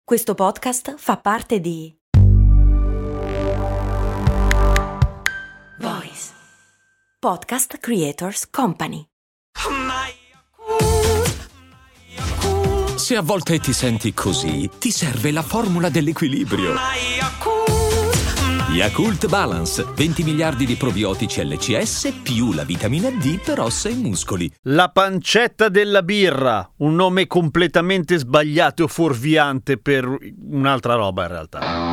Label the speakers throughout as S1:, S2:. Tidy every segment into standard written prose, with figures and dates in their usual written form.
S1: Questo podcast fa parte di Voice Podcast Creators Company.
S2: Se a volte ti senti così, ti serve la formula dell'equilibrio. Yakult Balance, 20 miliardi di probiotici LCS più la vitamina D per ossa e muscoli.
S3: La pancetta della birra, un nome completamente sbagliato e fuorviante per un'altra roba in realtà.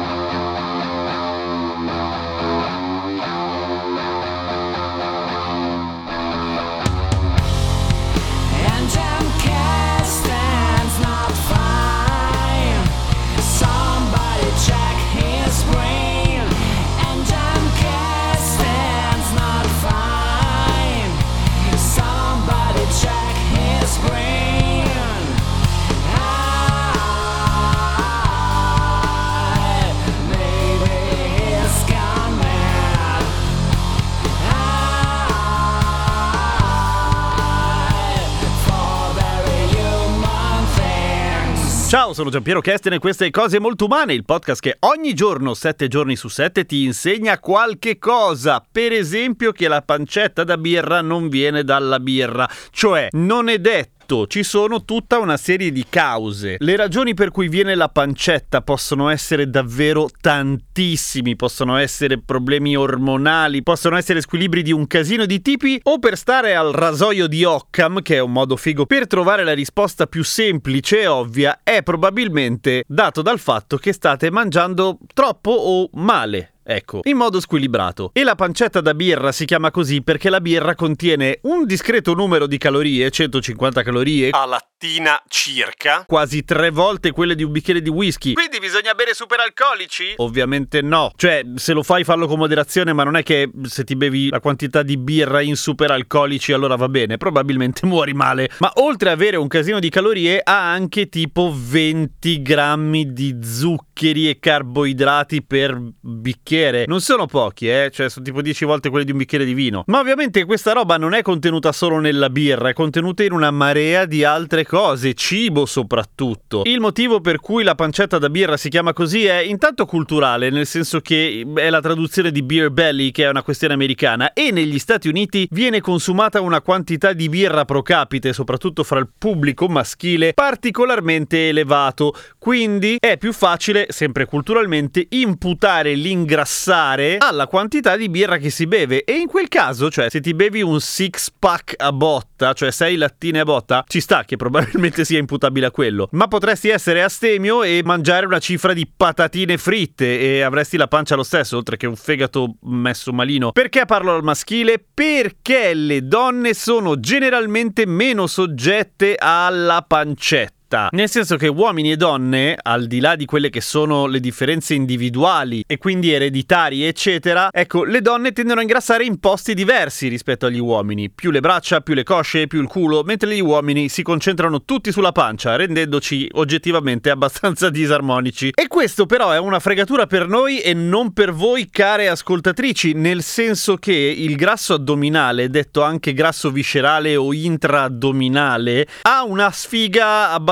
S3: Ciao, sono Giampiero Kesten e queste Cose Molto Umane, il podcast che ogni giorno, 7 giorni su 7, ti insegna qualche cosa. Per esempio che la pancetta da birra non viene dalla birra, cioè non è detto. Ci sono tutta una serie di cause. Le ragioni per cui viene la pancetta possono essere davvero tantissimi, possono essere problemi ormonali, possono essere squilibri di un casino di tipi, o per stare al rasoio di Occam, che è un modo figo per trovare la risposta più semplice e ovvia, è probabilmente dato dal fatto che state mangiando troppo o male. Ecco, in modo squilibrato. E la pancetta da birra si chiama così perché la birra contiene un discreto numero di calorie, 150 calorie a lattina circa, quasi 3 volte quelle di un bicchiere di whisky. Quindi bisogna bere superalcolici? Ovviamente no. Cioè, se lo fai fallo con moderazione, ma non è che se ti bevi la quantità di birra in superalcolici allora va bene, probabilmente muori male. Ma oltre ad avere un casino di calorie ha anche tipo 20 grammi di zuccheri e carboidrati per bicchiere. Non sono pochi, cioè sono tipo 10 volte quelli di un bicchiere di vino. Ma ovviamente questa roba non è contenuta solo nella birra, è contenuta in una marea di altre cose, cibo soprattutto. Il motivo per cui la pancetta da birra si chiama così è intanto culturale, nel senso che è la traduzione di beer belly, che è una questione americana, e negli Stati Uniti viene consumata una quantità di birra pro capite, soprattutto fra il pubblico maschile, particolarmente elevato. Quindi è più facile, sempre culturalmente, imputare l'ingrassare alla quantità di birra che si beve, e in quel caso, cioè se ti bevi un six pack a botta, cioè 6 lattine a botta, ci sta che probabilmente sia imputabile a quello, ma potresti essere astemio e mangiare una cifra di patatine fritte e avresti la pancia lo stesso, oltre che un fegato messo malino. Perché parlo al maschile? Perché le donne sono generalmente meno soggette alla pancetta. Nel senso che uomini e donne, al di là di quelle che sono le differenze individuali e quindi ereditarie eccetera, ecco, le donne tendono a ingrassare in posti diversi rispetto agli uomini, più le braccia, più le cosce, più il culo, mentre gli uomini si concentrano tutti sulla pancia, rendendoci oggettivamente abbastanza disarmonici. E questo però è una fregatura per noi e non per voi, care ascoltatrici, nel senso che il grasso addominale, detto anche grasso viscerale o intraaddominale, ha una sfiga abbastanza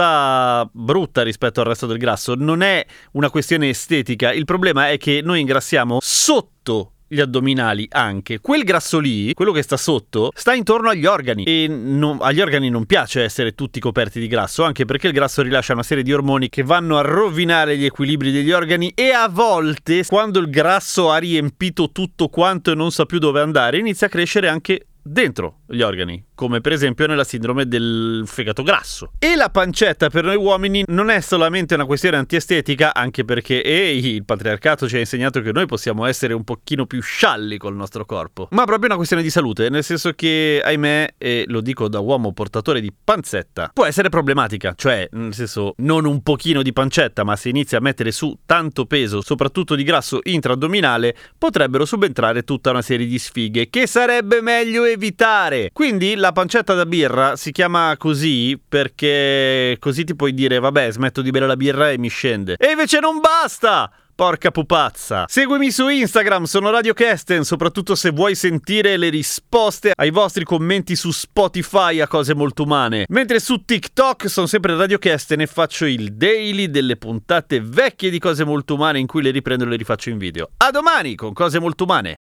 S3: brutta rispetto al resto del grasso. Non è una questione estetica, il problema è che noi ingrassiamo sotto gli addominali anche. Quel grasso lì, quello che sta sotto, sta intorno agli organi e agli organi non piace essere tutti coperti di grasso, anche perché il grasso rilascia una serie di ormoni che vanno a rovinare gli equilibri degli organi, e a volte, quando il grasso ha riempito tutto quanto e non sa più dove andare, inizia a crescere anche dentro gli organi, come per esempio nella sindrome del fegato grasso. E la pancetta per noi uomini non è solamente una questione antiestetica, anche perché il patriarcato ci ha insegnato che noi possiamo essere un pochino più scialli col nostro corpo, ma proprio una questione di salute, nel senso che, ahimè, e lo dico da uomo portatore di pancetta, può essere problematica, cioè nel senso non un pochino di pancetta, ma se inizia a mettere su tanto peso, soprattutto di grasso intraaddominale, potrebbero subentrare tutta una serie di sfighe che sarebbe meglio evitare. Quindi la pancetta da birra si chiama così perché così ti puoi dire vabbè, smetto di bere la birra e mi scende. E invece non basta! porca pupazza. Seguimi su Instagram, sono Radio Kesten, soprattutto se vuoi sentire le risposte ai vostri commenti su Spotify a Cose Molto Umane. Mentre su TikTok sono sempre Radio Kesten e faccio il daily delle puntate vecchie di Cose Molto Umane in cui le riprendo e le rifaccio in video. A domani con Cose Molto Umane.